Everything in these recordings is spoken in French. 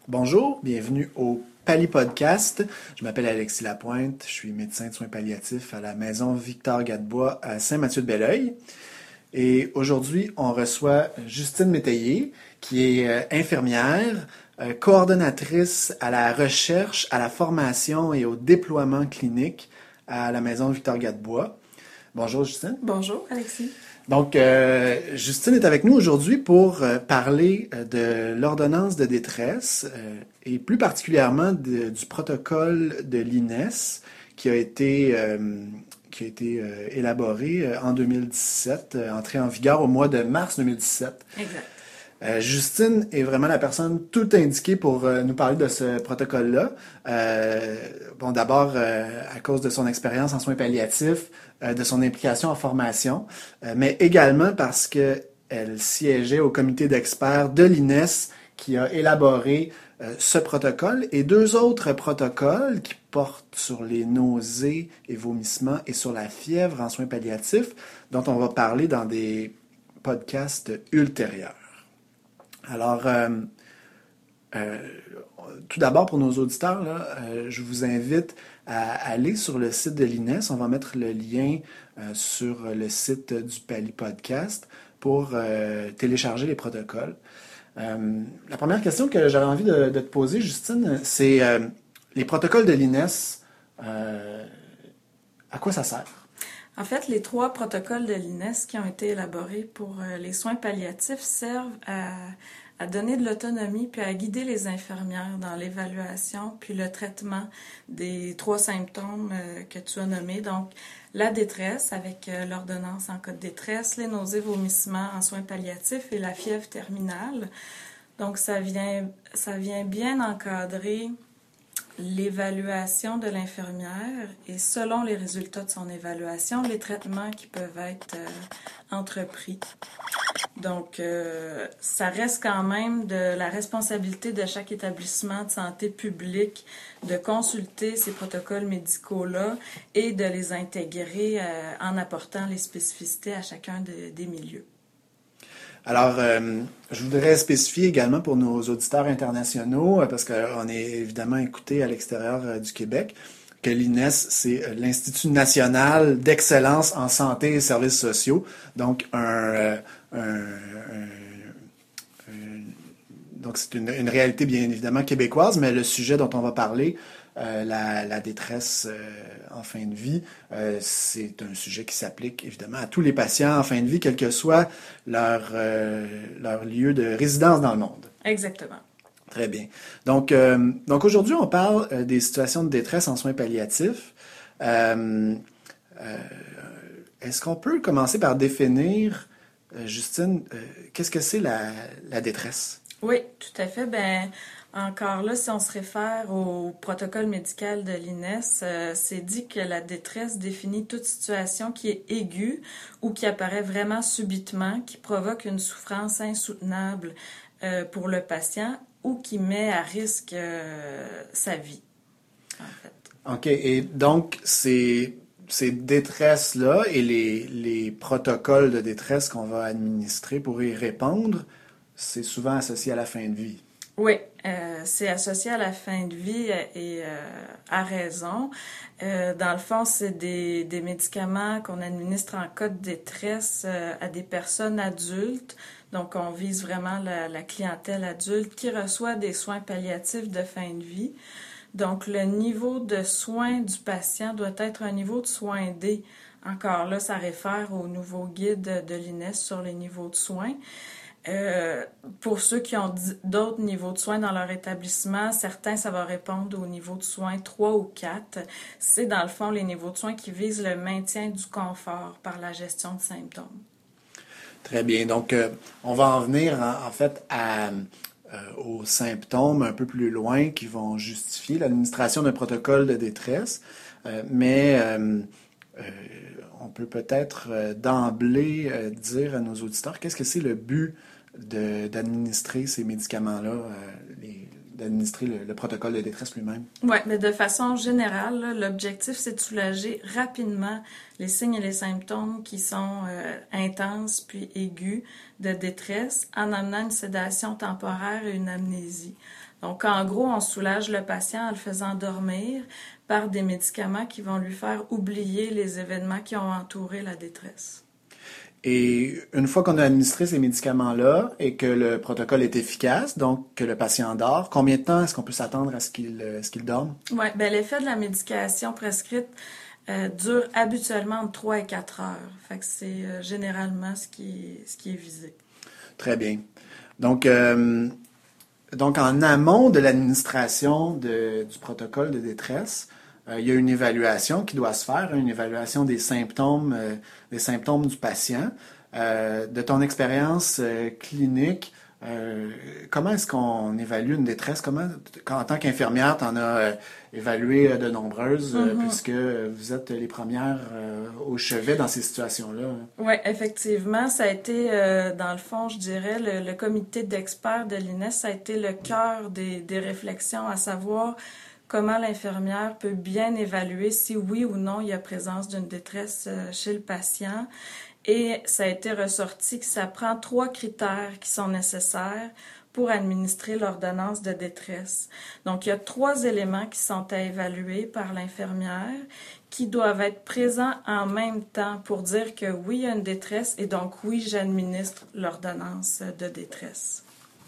Bonjour, bienvenue au Pali Podcast. Je m'appelle Alexis Lapointe, je suis médecin de soins palliatifs à la maison Victor-Gadebois à Saint-Mathieu-de-Belleuil. Et aujourd'hui, on reçoit Justine Métayer, qui est infirmière, coordonnatrice à la recherche, à la formation et au déploiement clinique à la maison Victor-Gadebois. Bonjour Justine. Bonjour Alexis. Donc, Justine est avec nous aujourd'hui pour parler de l'ordonnance de détresse et plus particulièrement du protocole de l'INES qui a été élaboré en 2017, entré en vigueur au mois de mars 2017. Exact. Justine est vraiment la personne tout indiquée pour nous parler de ce protocole-là. D'abord, à cause de son expérience en soins palliatifs, de son implication en formation, mais également parce qu'elle siégeait au comité d'experts de l'INES qui a élaboré ce protocole et deux autres protocoles qui portent sur les nausées et vomissements et sur la fièvre en soins palliatifs, dont on va parler dans des podcasts ultérieurs. Alors, tout d'abord, pour nos auditeurs, là, je vous invite à aller sur le site de l'INES. On va mettre le lien sur le site du Pali Podcast pour télécharger les protocoles. La première question que j'avais envie de te poser, Justine, c'est les protocoles de l'INES, à quoi ça sert? En fait, les 3 protocoles de l'INES qui ont été élaborés pour les soins palliatifs servent à donner de l'autonomie puis à guider les infirmières dans l'évaluation puis le traitement des 3 symptômes que tu as nommés. Donc, la détresse avec l'ordonnance en cas de détresse, les nausées, vomissements en soins palliatifs et la fièvre terminale. Donc, ça vient bien encadrer l'évaluation de l'infirmière et selon les résultats de son évaluation, les traitements qui peuvent être entrepris. Donc, ça reste quand même de la responsabilité de chaque établissement de santé publique de consulter ces protocoles médicaux-là et de les intégrer en apportant les spécificités à chacun des milieux. Alors, je voudrais spécifier également pour nos auditeurs internationaux, parce qu'on est évidemment écouté à l'extérieur du Québec, que l'INES, c'est l'Institut national d'excellence en santé et services sociaux. Donc, donc c'est une réalité bien évidemment québécoise, mais le sujet dont on va parler, la détresse en fin de vie, c'est un sujet qui s'applique évidemment à tous les patients en fin de vie, quel que soit leur lieu de résidence dans le monde. Exactement. Très bien. Donc aujourd'hui, on parle des situations de détresse en soins palliatifs. Est-ce qu'on peut commencer par définir, Justine, qu'est-ce que c'est la détresse? Oui, tout à fait. Ben, encore là, si on se réfère au protocole médical de l'INES, c'est dit que la détresse définit toute situation qui est aiguë ou qui apparaît vraiment subitement, qui provoque une souffrance insoutenable pour le patient ou qui met à risque sa vie, en fait. OK. Et donc, ces détresses-là et les protocoles de détresse qu'on va administrer pour y répondre, c'est souvent associé à la fin de vie. Oui, c'est associé à la fin de vie et à raison. Dans le fond, c'est des médicaments qu'on administre en cas de détresse à des personnes adultes. Donc, on vise vraiment la clientèle adulte qui reçoit des soins palliatifs de fin de vie. Donc, le niveau de soins du patient doit être un niveau de soins D. Encore là, ça réfère au nouveau guide de l'INES sur les niveaux de soins. Pour ceux qui ont d'autres niveaux de soins dans leur établissement, certains, ça va répondre au niveau de soins 3 ou 4. C'est dans le fond les niveaux de soins qui visent le maintien du confort par la gestion de symptômes. Très bien. Donc, on va en venir en fait aux symptômes un peu plus loin qui vont justifier l'administration d'un protocole de détresse. Mais on peut peut-être d'emblée dire à nos auditeurs qu'est-ce que c'est le but d'administrer ces médicaments-là d'administrer le protocole de détresse lui-même? Oui, mais de façon générale, là, l'objectif, c'est de soulager rapidement les signes et les symptômes qui sont intenses puis aigus de détresse en amenant une sédation temporaire et une amnésie. Donc, en gros, on soulage le patient en le faisant dormir par des médicaments qui vont lui faire oublier les événements qui ont entouré la détresse. Et une fois qu'on a administré ces médicaments-là et que le protocole est efficace, donc que le patient dort, combien de temps est-ce qu'on peut s'attendre à ce qu'il dorme? Oui, bien, l'effet de la médication prescrite dure habituellement entre 3 et 4 heures. Fait que c'est généralement ce qui est visé. Très bien. Donc en amont de l'administration du protocole de détresse, il y a une évaluation qui doit se faire, une évaluation des symptômes du patient. De ton expérience clinique, comment est-ce qu'on évalue une détresse? En tant qu'infirmière, tu en as évalué de nombreuses, puisque vous êtes les premières au chevet dans ces situations-là. Oui, effectivement, ça a été, dans le fond, je dirais, le comité d'experts de l'INES, ça a été le cœur des réflexions, à savoir comment l'infirmière peut bien évaluer si oui ou non il y a présence d'une détresse chez le patient. Et ça a été ressorti que ça prend 3 critères qui sont nécessaires pour administrer l'ordonnance de détresse. Donc, il y a 3 éléments qui sont à évaluer par l'infirmière qui doivent être présents en même temps pour dire que oui, il y a une détresse et donc oui, j'administre l'ordonnance de détresse.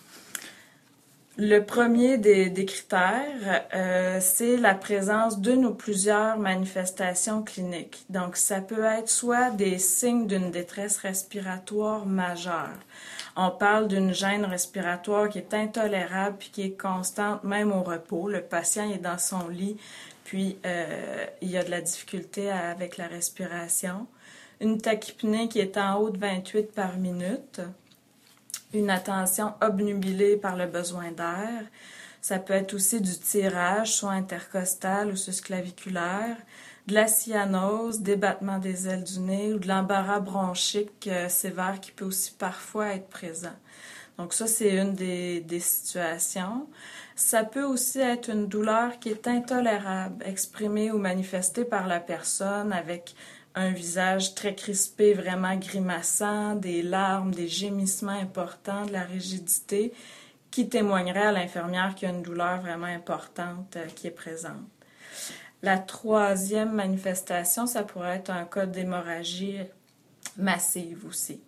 Le premier des critères, c'est la présence d'une ou plusieurs manifestations cliniques. Donc, ça peut être soit des signes d'une détresse respiratoire majeure. On parle d'une gêne respiratoire qui est intolérable puis qui est constante même au repos. Le patient est dans son lit, puis il y a de la difficulté avec la respiration. Une tachypnée qui est en haut de 28 par minute. Une attention obnubilée par le besoin d'air. Ça peut être aussi du tirage, soit intercostal ou susclaviculaire, de la cyanose, des battements des ailes du nez ou de l'embarras bronchique sévère qui peut aussi parfois être présent. Donc ça, c'est une des situations. Ça peut aussi être une douleur qui est intolérable, exprimée ou manifestée par la personne avec un visage très crispé, vraiment grimaçant, des larmes, des gémissements importants, de la rigidité, qui témoignerait à l'infirmière qu'il y a une douleur vraiment importante qui est présente. La 3e manifestation, ça pourrait être un cas d'hémorragie massive aussi.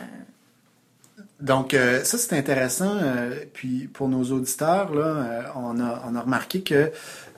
Donc, ça, c'est intéressant. Puis, pour nos auditeurs, là, on a remarqué que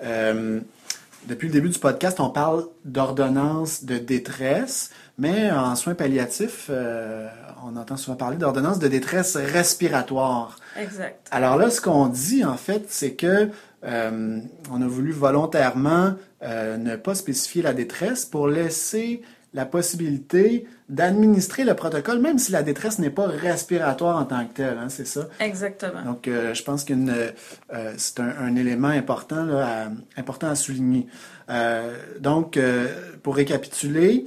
depuis le début du podcast, on parle d'ordonnance de détresse, mais en soins palliatifs, on entend souvent parler d'ordonnance de détresse respiratoire. Exact. Alors là, ce qu'on dit, en fait, c'est que on a voulu volontairement ne pas spécifier la détresse pour laisser la possibilité d'administrer le protocole, même si la détresse n'est pas respiratoire en tant que telle, hein, c'est ça? Exactement. Donc, je pense que c'est un élément important, là, important à souligner. Donc, pour récapituler,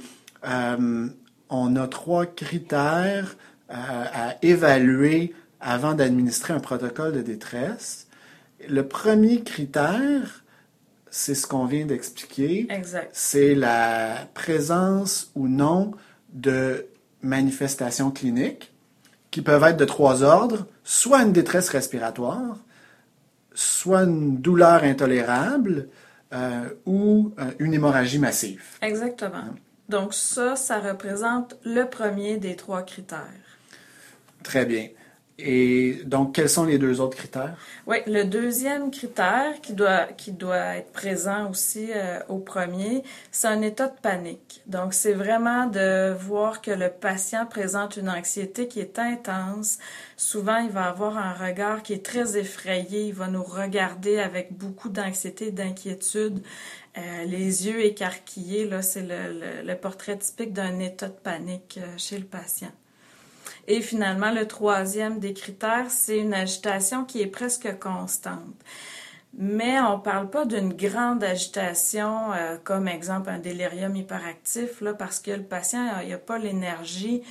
on a 3 critères à évaluer avant d'administrer un protocole de détresse. Le premier critère, c'est ce qu'on vient d'expliquer. Exact. C'est la présence ou non de manifestations cliniques qui peuvent être de 3 ordres, soit une détresse respiratoire, soit une douleur intolérable ou une hémorragie massive. Exactement. Donc ça représente le premier des 3 critères. Très bien. Et donc, quels sont les 2 autres critères? Oui, le deuxième critère qui doit être présent aussi au premier, c'est un état de panique. Donc, c'est vraiment de voir que le patient présente une anxiété qui est intense. Souvent, il va avoir un regard qui est très effrayé. Il va nous regarder avec beaucoup d'anxiété et d'inquiétude. Les yeux écarquillés, là, c'est le portrait typique d'un état de panique chez le patient. Et finalement, le 3e des critères, c'est une agitation qui est presque constante. Mais on ne parle pas d'une grande agitation, comme exemple un délirium hyperactif, là, parce que le patient n'a pas l'énergie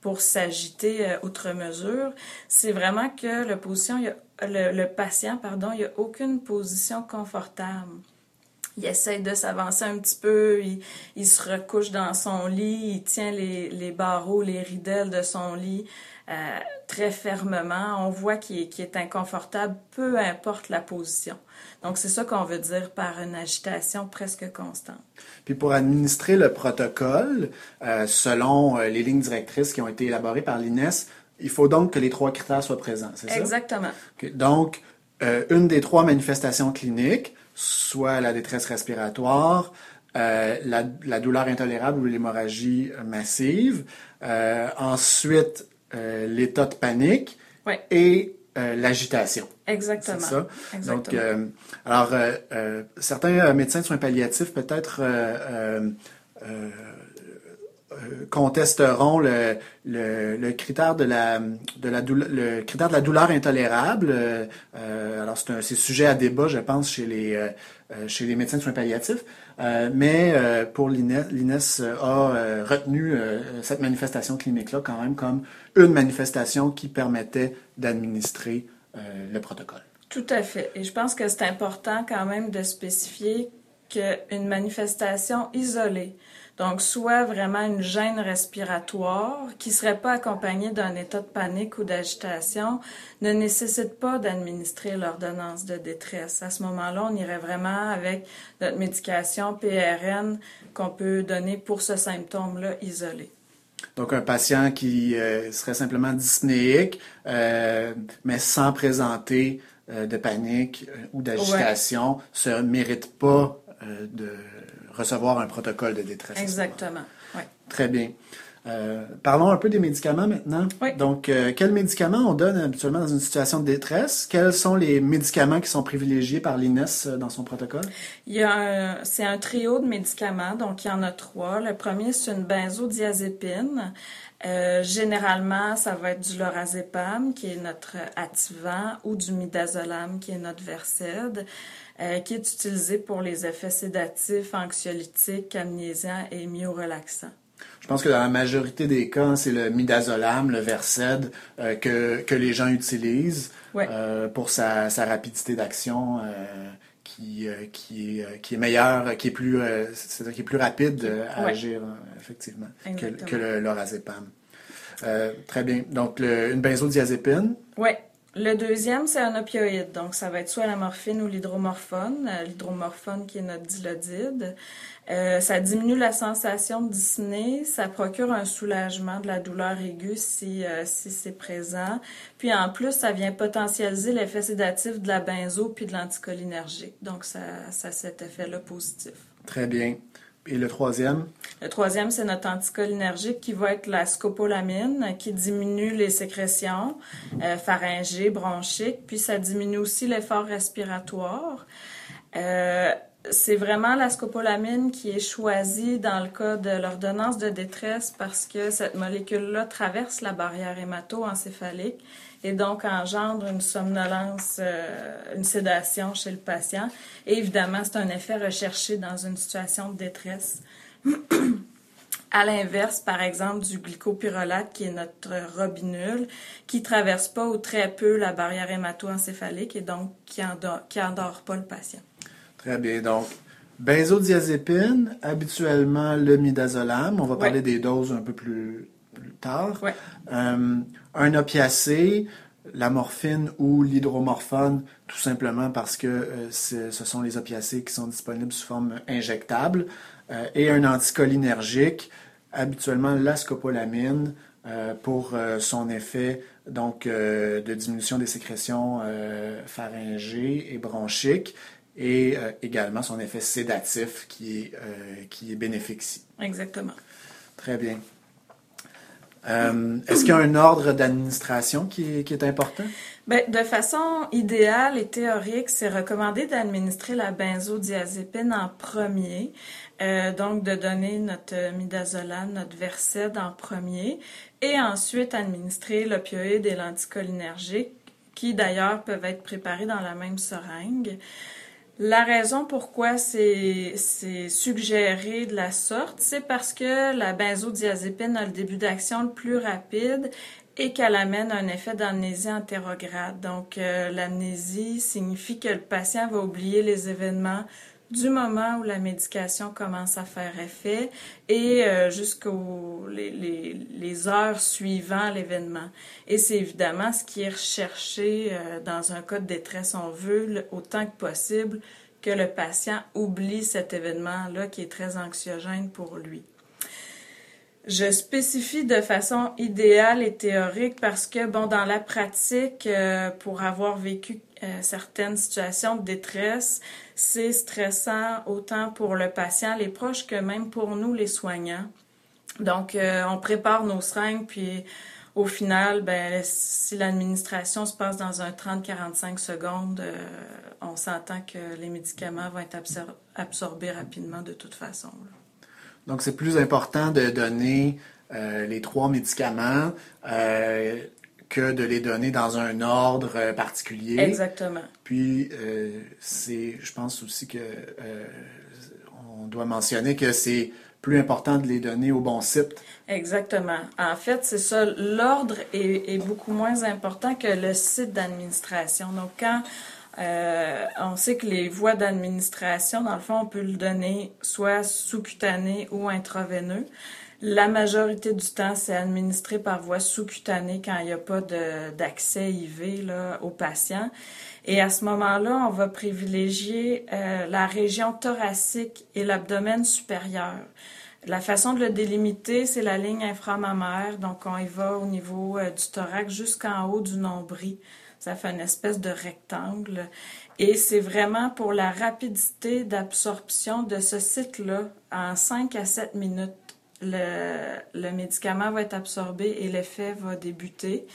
pour s'agiter outre mesure. C'est vraiment que le patient, il n'y a aucune position confortable. Il essaie de s'avancer un petit peu, il se recouche dans son lit, il tient les barreaux, les ridelles de son lit très fermement. On voit qu'il est inconfortable, peu importe la position. Donc, c'est ça qu'on veut dire par une agitation presque constante. Puis pour administrer le protocole, selon les lignes directrices qui ont été élaborées par l'INES, il faut donc que les 3 critères soient présents, c'est ça? Exactement. Okay. Donc, une des 3 manifestations cliniques, soit la détresse respiratoire, la douleur intolérable ou l'hémorragie massive, ensuite l'état de panique et l'agitation. Exactement. C'est ça. Exactement. Donc, certains médecins de soins palliatifs peut-être contesteront le critère de le critère de la douleur intolérable. Alors c'est sujet à débat, je pense, chez les médecins de soins palliatifs. Mais pour l'INES a retenu cette manifestation clinique-là quand même comme une manifestation qui permettait d'administrer le protocole. Tout à fait. Et je pense que c'est important quand même de spécifier qu'une manifestation isolée, donc soit vraiment une gêne respiratoire qui ne serait pas accompagnée d'un état de panique ou d'agitation, ne nécessite pas d'administrer l'ordonnance de détresse. À ce moment-là, on irait vraiment avec notre médication PRN qu'on peut donner pour ce symptôme-là isolé. Donc, un patient qui serait simplement dyspnéique, mais sans présenter de panique ou d'agitation, ne mérite pas de recevoir un protocole de détresse. Exactement, oui. Très bien. Parlons un peu des médicaments maintenant. Oui. Donc, quels médicaments on donne habituellement dans une situation de détresse? Quels sont les médicaments qui sont privilégiés par l'INES dans son protocole? C'est un trio de médicaments, donc il y en a 3. Le premier, c'est une benzodiazépine. Généralement, ça va être du lorazépam, qui est notre activant, ou du midazolam, qui est notre Versed, qui est utilisé pour les effets sédatifs, anxiolytiques, amnésiants et myorelaxants. Je pense que dans la majorité des cas, c'est le midazolam, le Versed, que les gens utilisent pour sa rapidité d'action qui est meilleure, qui est plus rapide à agir, effectivement, que le lorazépam. Très bien. Donc, une benzodiazépine. Oui. Le deuxième, c'est un opioïde. Donc, ça va être soit la morphine ou l'hydromorphone. L'hydromorphone qui est notre dilodide. Ça diminue la sensation de dyspnée. Ça procure un soulagement de la douleur aiguë si c'est présent. Puis, en plus, ça vient potentialiser l'effet sédatif de la benzo puis de l'anticholinergique. Donc, ça a cet effet-là positif. Très bien. Et le troisième? Le troisième, c'est notre anticholinergique qui va être la scopolamine, qui diminue les sécrétions pharyngées, bronchiques, puis ça diminue aussi l'effort respiratoire. C'est vraiment la scopolamine qui est choisie dans le cas de l'ordonnance de détresse parce que cette molécule-là traverse la barrière hémato-encéphalique et donc engendre une somnolence, une sédation chez le patient. Et évidemment, c'est un effet recherché dans une situation de détresse. À l'inverse, par exemple, du glycopyrrolate, qui est notre robinule, qui traverse pas ou très peu la barrière hémato-encéphalique et donc qui endort pas le patient. Très bien. Donc, benzodiazépine, habituellement le midazolam. On va parler des doses un peu plus tard. Ouais. Un opiacé, la morphine ou l'hydromorphone, tout simplement parce que ce sont les opiacés qui sont disponibles sous forme injectable. Et un anticholinergique, habituellement la scopolamine, pour son effet donc de diminution des sécrétions pharyngées et bronchiques. Et également son effet sédatif qui est bénéfique ici. Exactement. Très bien. Est-ce qu'il y a un ordre d'administration qui est important? Bien, de façon idéale et théorique, c'est recommandé d'administrer la benzodiazépine en premier, donc de donner notre midazolam, notre Versed en premier, et ensuite administrer l'opioïde et l'anticholinergique, qui d'ailleurs peuvent être préparés dans la même seringue. La raison pourquoi c'est suggéré de la sorte, c'est parce que la benzodiazépine a le début d'action le plus rapide et qu'elle amène un effet d'amnésie antérograde. Donc, l'amnésie signifie que le patient va oublier les événements du moment où la médication commence à faire effet et jusqu'aux les heures suivant l'événement. Et c'est évidemment ce qui est recherché dans un cas de détresse. On veut autant que possible que le patient oublie cet événement-là qui est très anxiogène pour lui. Je spécifie de façon idéale et théorique parce que, bon, dans la pratique, pour avoir vécu certaines situations de détresse, c'est stressant autant pour le patient, les proches, que même pour nous, les soignants. Donc, on prépare nos seringues, puis au final, ben, si l'administration se passe dans un 30-45 secondes, on s'entend que les médicaments vont être absorbés rapidement de toute façon, là. Donc, c'est plus important de donner les 3 médicaments que de les donner dans un ordre particulier. Exactement. Puis, je pense aussi que on doit mentionner que c'est plus important de les donner au bon site. Exactement. En fait, c'est ça. L'ordre est beaucoup moins important que le site d'administration. Donc, quand on sait que les voies d'administration, dans le fond, on peut le donner soit sous-cutané ou intraveineux. La majorité du temps, c'est administré par voie sous-cutanée quand il n'y a pas d'accès IV là, au patient. Et à ce moment-là, on va privilégier la région thoracique et l'abdomen supérieur. La façon de le délimiter, c'est la ligne inframammaire. Donc, on y va au niveau du thorax jusqu'en haut du nombril. Ça fait une espèce de rectangle. Et c'est vraiment pour la rapidité d'absorption de ce site-là. En 5 à 7 minutes, le médicament va être absorbé et l'effet va débuter.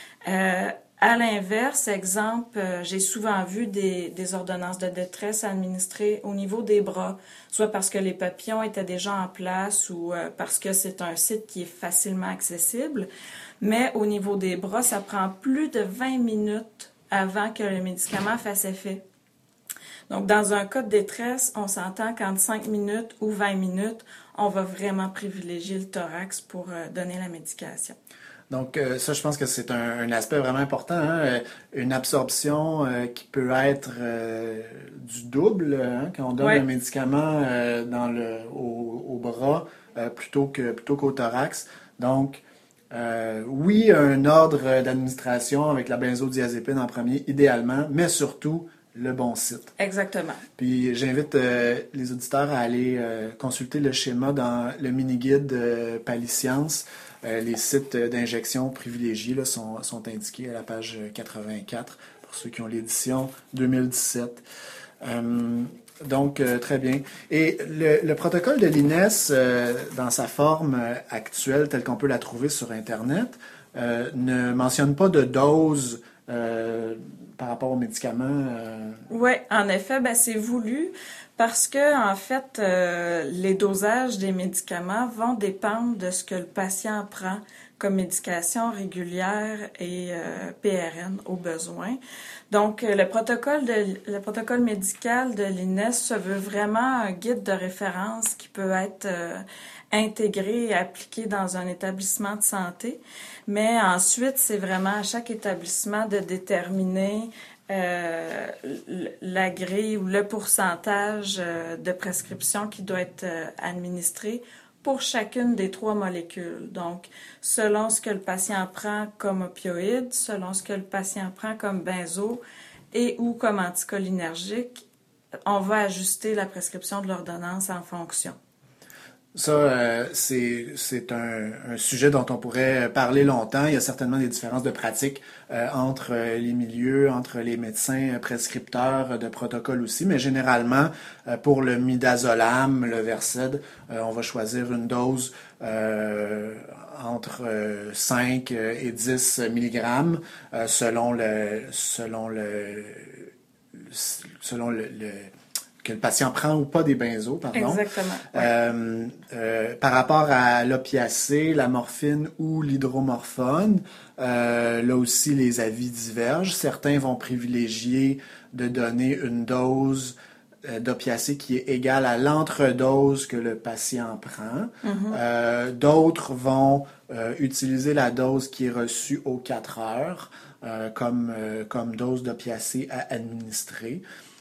À l'inverse, exemple, j'ai souvent vu des ordonnances de détresse administrées au niveau des bras, soit parce que les papillons étaient déjà en place ou parce que c'est un site qui est facilement accessible. Mais au niveau des bras, ça prend plus de 20 minutes avant que le médicament fasse effet. Donc, dans un cas de détresse, on s'entend qu'entre 5 minutes ou 20 minutes, on va vraiment privilégier le thorax pour donner la médication. Donc, ça, je pense que c'est un aspect vraiment important, hein? Une absorption qui peut être du double, hein? Quand on donne un médicament au bras plutôt qu'au thorax. Donc, oui, un ordre d'administration avec la benzodiazépine en premier, idéalement, mais surtout le bon site. Exactement. Puis j'invite les auditeurs à aller consulter le schéma dans le mini-guide Paliscience. Les sites d'injection privilégiés là, sont indiqués à la page 84 pour ceux qui ont l'édition 2017. Donc, très bien. Et le protocole de l'INES, dans sa forme actuelle, telle qu'on peut la trouver sur Internet, ne mentionne pas de dose par rapport aux médicaments. Oui, en effet, ben, c'est voulu parce que, en fait, les dosages des médicaments vont dépendre de ce que le patient prend comme médication régulière et PRN au besoin. Donc, le protocole médical de l'INES se veut vraiment un guide de référence qui peut être intégré et appliqué dans un établissement de santé. Mais ensuite, c'est vraiment à chaque établissement de déterminer la grille ou le pourcentage de prescription qui doit être administré pour chacune des 3 molécules. Donc, selon ce que le patient prend comme opioïde, selon ce que le patient prend comme benzo et ou comme anticholinergique, on va ajuster la prescription de l'ordonnance en fonction. Ça, c'est un sujet dont on pourrait parler longtemps. Il y a certainement des différences de pratique entre les milieux, entre les médecins prescripteurs de protocoles aussi, mais généralement, pour le midazolam, le Versed, on va choisir une dose entre 5 et 10 mg selon que le patient prend ou pas des benzos, pardon. Exactement. Par rapport à l'opiacé, la morphine ou l'hydromorphone, là aussi les avis divergent. Certains vont privilégier de donner une dose d'opiacés qui est égale à l'entredose que le patient prend. D'autres vont utiliser la dose qui est reçue aux 4 heures comme dose d'opiacés à administrer.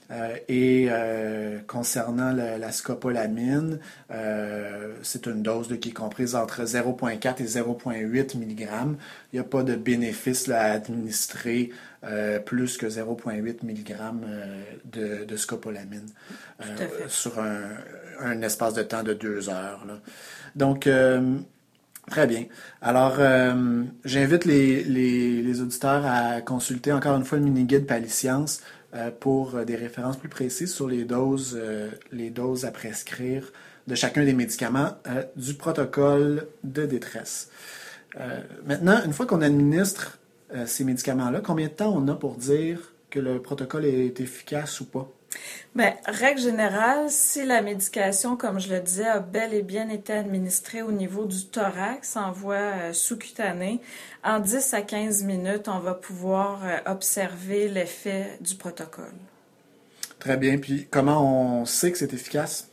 Concernant la scopolamine, c'est une dose qui est comprise entre 0,4 et 0,8 mg. Il n'y a pas de bénéfice là, à administrer plus que 0,8 mg de scopolamine sur un espace de temps de 2 heures. Là. Donc, très bien. Alors, j'invite les auditeurs à consulter encore une fois le mini-guide Paliscience pour des références plus précises sur les doses à prescrire de chacun des médicaments du protocole de détresse. Maintenant, une fois qu'on administre ces médicaments-là, combien de temps on a pour dire que le protocole est efficace ou pas? Bien, règle générale, si la médication, comme je le disais, a bel et bien été administrée au niveau du thorax en voie sous-cutanée, en 10 à 15 minutes, on va pouvoir observer l'effet du protocole. Très bien. Puis, comment on sait que c'est efficace?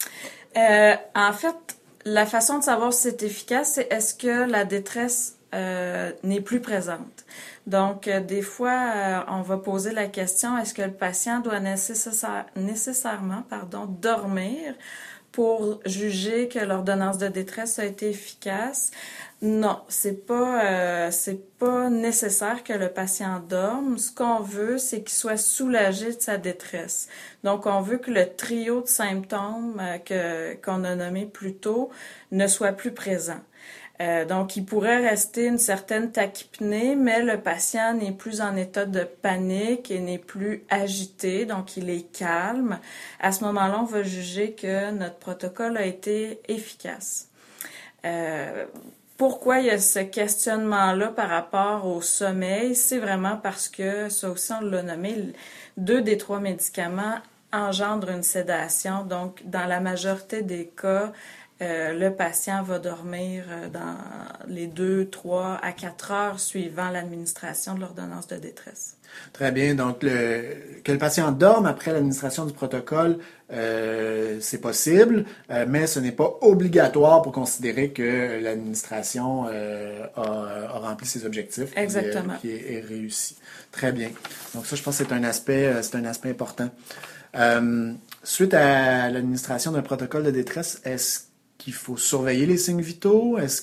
En fait, la façon de savoir si c'est efficace, c'est est-ce que la détresse n'est plus présente. Donc, des fois, on va poser la question, est-ce que le patient doit nécessairement dormir pour juger que l'ordonnance de détresse a été efficace? Non, c'est pas nécessaire que le patient dorme. Ce qu'on veut, c'est qu'il soit soulagé de sa détresse. Donc, on veut que le trio de symptômes qu'on a nommé plus tôt ne soit plus présent. Donc, il pourrait rester une certaine tachypnée, mais le patient n'est plus en état de panique et n'est plus agité, donc il est calme. À ce moment-là, on va juger que notre protocole a été efficace. Pourquoi il y a ce questionnement-là par rapport au sommeil? C'est vraiment parce que, ça aussi on l'a nommé, 2 des 3 médicaments engendrent une sédation. Donc, dans la majorité des cas, le patient va dormir dans les 2, 3 à 4 heures suivant l'administration de l'ordonnance de détresse. Très bien. Donc, que le patient dorme après l'administration du protocole, c'est possible, mais ce n'est pas obligatoire pour considérer que l'administration a rempli ses objectifs. Exactement. Qui est réussi. Très bien. Donc, ça, je pense que c'est un aspect important. Suite à l'administration d'un protocole de détresse, est-ce qu'il faut surveiller les signes vitaux? Est-ce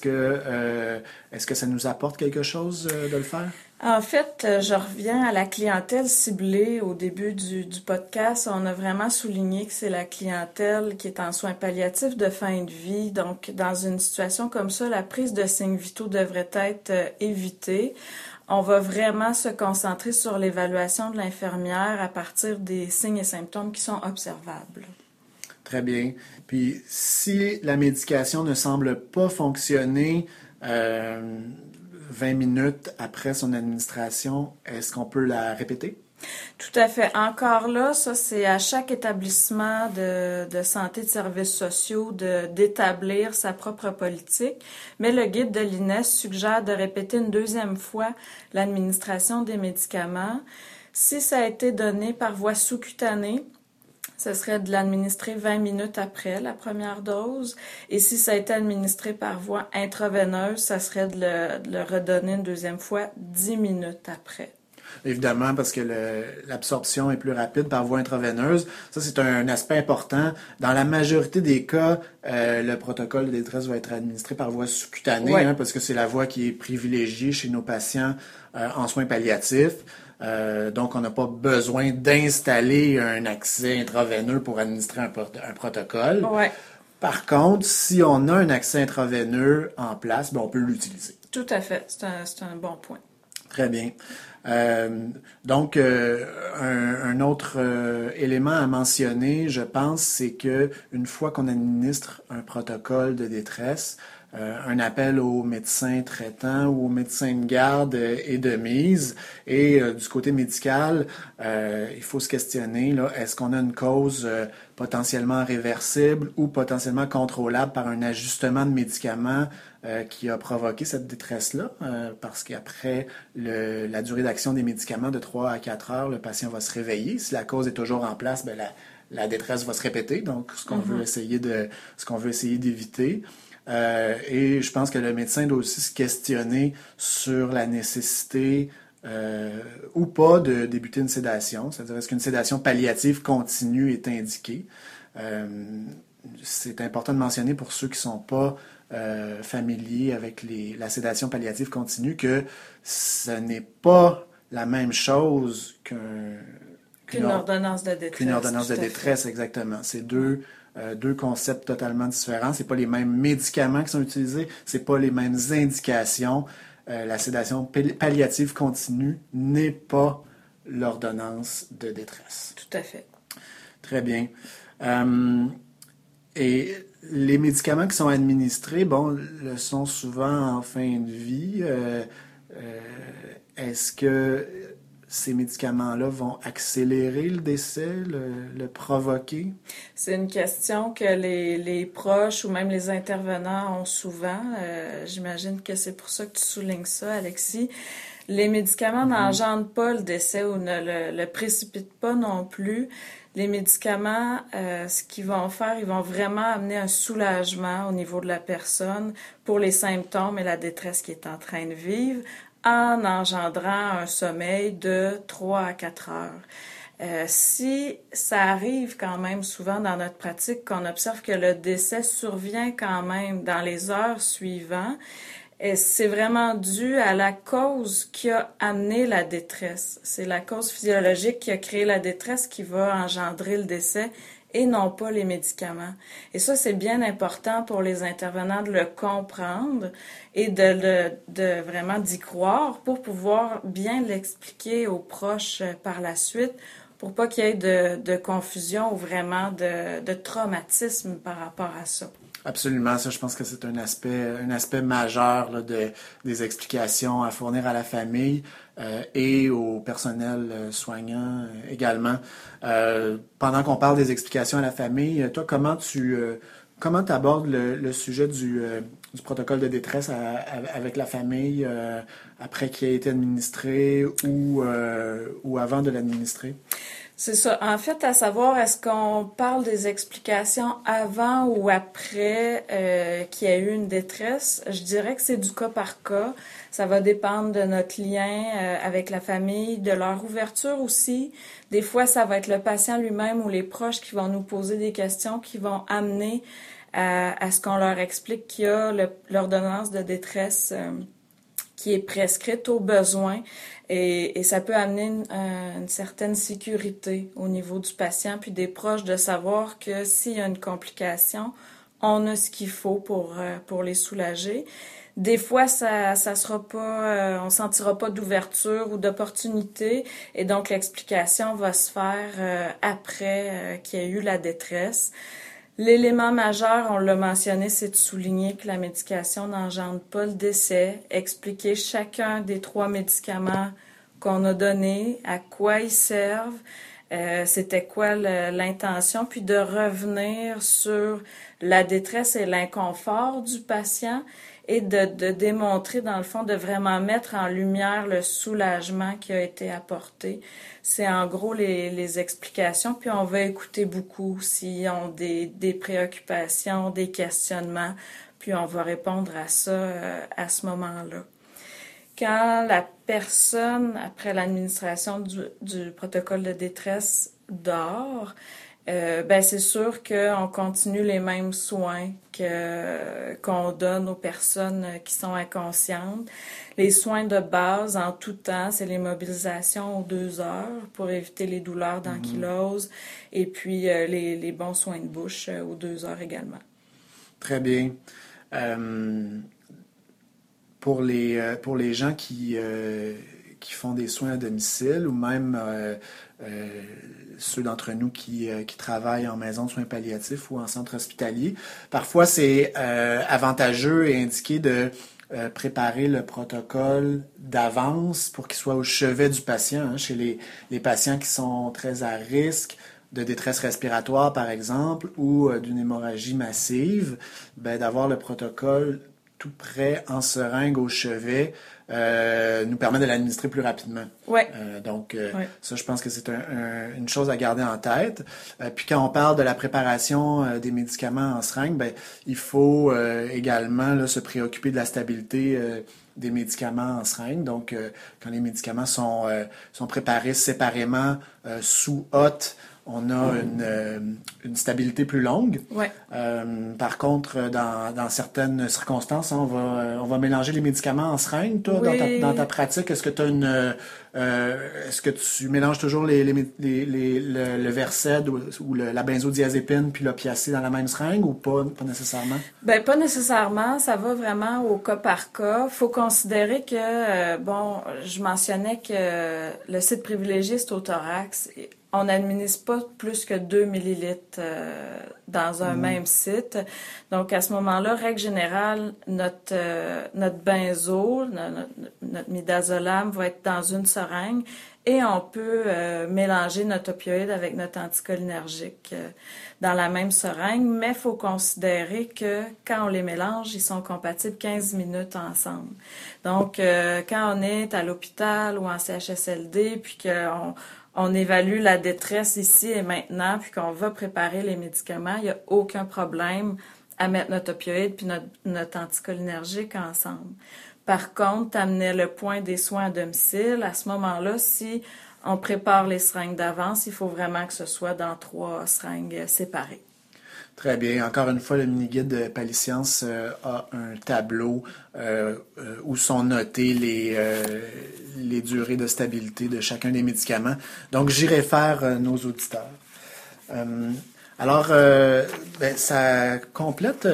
que ça nous apporte quelque chose de le faire? En fait, je reviens à la clientèle ciblée au début du podcast. On a vraiment souligné que c'est la clientèle qui est en soins palliatifs de fin de vie. Donc, dans une situation comme ça, la prise de signes vitaux devrait être évitée. On va vraiment se concentrer sur l'évaluation de l'infirmière à partir des signes et symptômes qui sont observables. Très bien. Puis, si la médication ne semble pas fonctionner 20 minutes après son administration, est-ce qu'on peut la répéter? Tout à fait. Encore là, ça, c'est à chaque établissement de santé de services sociaux d'établir sa propre politique. Mais le guide de l'INES suggère de répéter une 2e fois l'administration des médicaments. Si ça a été donné par voie sous-cutanée, ce serait de l'administrer 20 minutes après la première dose. Et si ça a été administré par voie intraveineuse, ça serait de le redonner une 2e fois 10 minutes après. Évidemment, parce que l'absorption est plus rapide par voie intraveineuse. Ça, c'est un aspect important. Dans la majorité des cas, le protocole de détresse va être administré par voie sous-cutanée, ouais. Parce que c'est la voie qui est privilégiée chez nos patients en soins palliatifs. Donc, on n'a pas besoin d'installer un accès intraveineux pour administrer un protocole. Ouais. Par contre, si on a un accès intraveineux en place, on peut l'utiliser. Tout à fait. C'est un bon point. Très bien. Donc, un autre élément à mentionner, je pense, c'est que une fois qu'on administre un protocole de détresse, un appel aux médecins traitants ou aux médecins de garde est de mise. Et du côté médical, il faut se questionner, là, est-ce qu'on a une cause potentiellement réversible ou potentiellement contrôlable par un ajustement de médicaments qui a provoqué cette détresse-là, parce qu'après la durée d'action des médicaments de 3 à 4 heures, le patient va se réveiller. Si la cause est toujours en place, ben la détresse va se répéter, donc ce qu'on veut essayer d'éviter. Et je pense que le médecin doit aussi se questionner sur la nécessité ou pas de débuter une sédation, c'est-à-dire est-ce qu'une sédation palliative continue est indiquée. C'est important de mentionner pour ceux qui ne sont pas familiers avec la sédation palliative continue que ce n'est pas la même chose qu'une ordonnance de détresse. Qu'une ordonnance de détresse, exactement. C'est deux concepts totalement différents. C'est pas les mêmes médicaments qui sont utilisés, c'est pas les mêmes indications. La sédation palliative continue n'est pas l'ordonnance de détresse. Tout à fait. Très bien. Et les médicaments qui sont administrés, bon, le sont souvent en fin de vie. Est-ce que ces médicaments-là vont accélérer le décès, le provoquer? C'est une question que les proches ou même les intervenants ont souvent. J'imagine que c'est pour ça que tu soulignes ça, Alexis. Les médicaments n'engendrent pas le décès ou ne le précipitent pas non plus. Les médicaments, ce qu'ils vont faire, ils vont vraiment amener un soulagement au niveau de la personne pour les symptômes et la détresse qu'il est en train de vivre, en engendrant un sommeil de 3 à 4 heures. Si ça arrive quand même souvent dans notre pratique qu'on observe que le décès survient quand même dans les heures suivantes, c'est vraiment dû à la cause qui a amené la détresse. C'est la cause physiologique qui a créé la détresse qui va engendrer le décès et non pas les médicaments. Et ça, c'est bien important pour les intervenants de le comprendre et de vraiment d'y croire pour pouvoir bien l'expliquer aux proches par la suite, pour pas qu'il y ait de confusion ou vraiment de traumatisme par rapport à ça. Absolument, ça je pense que c'est un aspect majeur là, des explications à fournir à la famille et au personnel soignant également. Pendant qu'on parle des explications à la famille, toi comment tu abordes le sujet du protocole de détresse avec la famille après qu'il ait été administré ou avant de l'administrer? C'est ça. En fait, à savoir, est-ce qu'on parle des explications avant ou après qu'il y a eu une détresse? Je dirais que c'est du cas par cas. Ça va dépendre de notre lien avec la famille, de leur ouverture aussi. Des fois, ça va être le patient lui-même ou les proches qui vont nous poser des questions qui vont amener à ce qu'on leur explique qu'il y a l'ordonnance de détresse qui est prescrite au besoin et ça peut amener une certaine sécurité au niveau du patient puis des proches de savoir que s'il y a une complication, on a ce qu'il faut pour les soulager. Des fois, ça sera pas, on sentira pas d'ouverture ou d'opportunité et donc l'explication va se faire après qu'il y ait eu la détresse. L'élément majeur, on l'a mentionné, c'est de souligner que la médication n'engendre pas le décès, expliquer chacun des 3 médicaments qu'on a donnés, à quoi ils servent, c'était quoi l'intention, puis de revenir sur la détresse et l'inconfort du patient et de démontrer, dans le fond, de vraiment mettre en lumière le soulagement qui a été apporté. C'est en gros les explications, puis on va écouter beaucoup s'ils ont des préoccupations, des questionnements, puis on va répondre à ça à ce moment-là. Quand la personne, après l'administration du protocole de détresse, dort, c'est sûr qu'on continue les mêmes soins qu'on donne aux personnes qui sont inconscientes. Les soins de base, en tout temps, c'est les mobilisations aux 2 heures pour éviter les douleurs d'ankylose et puis les bons soins de bouche aux 2 heures également. Très bien. Pour les gens qui font des soins à domicile ou même ceux d'entre nous qui travaillent en maison de soins palliatifs ou en centre hospitalier. Parfois, c'est avantageux et indiqué de préparer le protocole d'avance pour qu'il soit au chevet du patient, hein, chez les patients qui sont très à risque de détresse respiratoire, par exemple, ou d'une hémorragie massive, d'avoir le protocole tout prêt en seringue au chevet nous permet de l'administrer plus rapidement. Ouais. Ça, je pense que c'est une chose à garder en tête. Puis quand on parle de la préparation des médicaments en seringue, il faut également là, se préoccuper de la stabilité des médicaments en seringue. Donc, quand les médicaments sont préparés séparément sous hotte, on a une stabilité plus longue. Ouais. Par contre, dans certaines circonstances, on va mélanger les médicaments en seringue. Toi, oui. dans ta pratique, est-ce que tu as est-ce que tu mélanges toujours le Versed ou la benzodiazépine puis l'opiacé dans la même seringue ou pas nécessairement? Pas nécessairement. Ça va vraiment au cas par cas. Faut considérer que, je mentionnais que le site privilégié, c'est au thorax. On n'administre pas plus que 2 millilitres dans un même site. Donc, à ce moment-là, règle générale, notre benzo, notre midazolam va être dans une seringue et on peut mélanger notre opioïde avec notre anticholinergique dans la même seringue, mais il faut considérer que quand on les mélange, ils sont compatibles 15 minutes ensemble. Donc, quand on est à l'hôpital ou en CHSLD, puis qu'on évalue la détresse ici et maintenant, puis qu'on va préparer les médicaments, il n'y a aucun problème à mettre notre opioïde puis notre anticholinergique ensemble. Par contre, t'amenais le point des soins à domicile. À ce moment-là, si on prépare les seringues d'avance, il faut vraiment que ce soit dans 3 seringues séparées. Très bien. Encore une fois, le mini-guide Paliscience a un tableau où sont notées les durées de stabilité de chacun des médicaments. Donc, j'y réfère nos auditeurs. Ça complète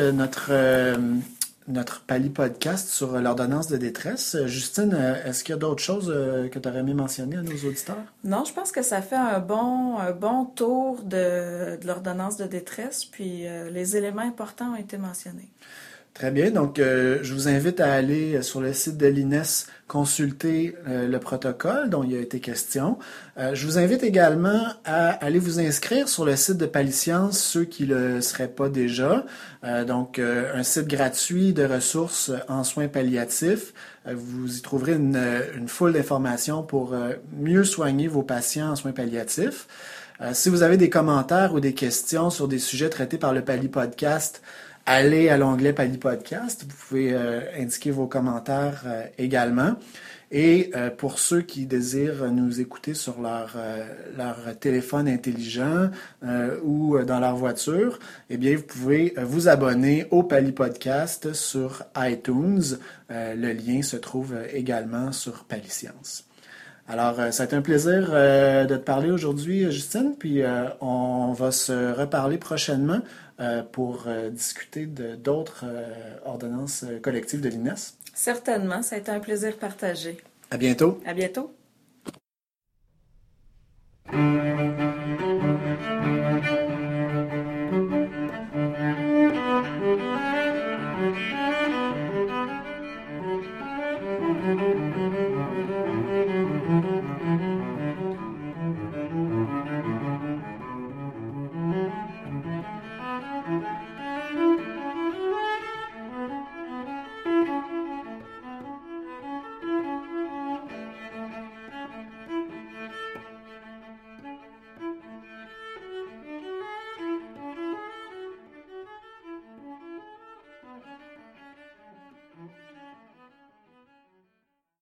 notre Pali podcast sur l'ordonnance de détresse. Justine, est-ce qu'il y a d'autres choses que tu aurais aimé mentionner à nos auditeurs? Non, je pense que ça fait un bon tour de l'ordonnance de détresse, puis les éléments importants ont été mentionnés. Très bien. Donc, je vous invite à aller sur le site de l'INES consulter le protocole dont il a été question. Je vous invite également à aller vous inscrire sur le site de Paliscience, ceux qui ne le seraient pas déjà. Un site gratuit de ressources en soins palliatifs. Vous y trouverez une foule d'informations pour mieux soigner vos patients en soins palliatifs. Si vous avez des commentaires ou des questions sur des sujets traités par le Pali Podcast, allez à l'onglet Pali Podcast. Vous pouvez indiquer vos commentaires également. Et pour ceux qui désirent nous écouter sur leur téléphone intelligent ou dans leur voiture, eh bien, vous pouvez vous abonner au Pali Podcast sur iTunes. Le lien se trouve également sur Paliscience. Alors, ça a été un plaisir de te parler aujourd'hui, Justine, puis on va se reparler prochainement pour discuter d'autres ordonnances collectives de l'INES. Certainement, ça a été un plaisir partagé. À bientôt. À bientôt.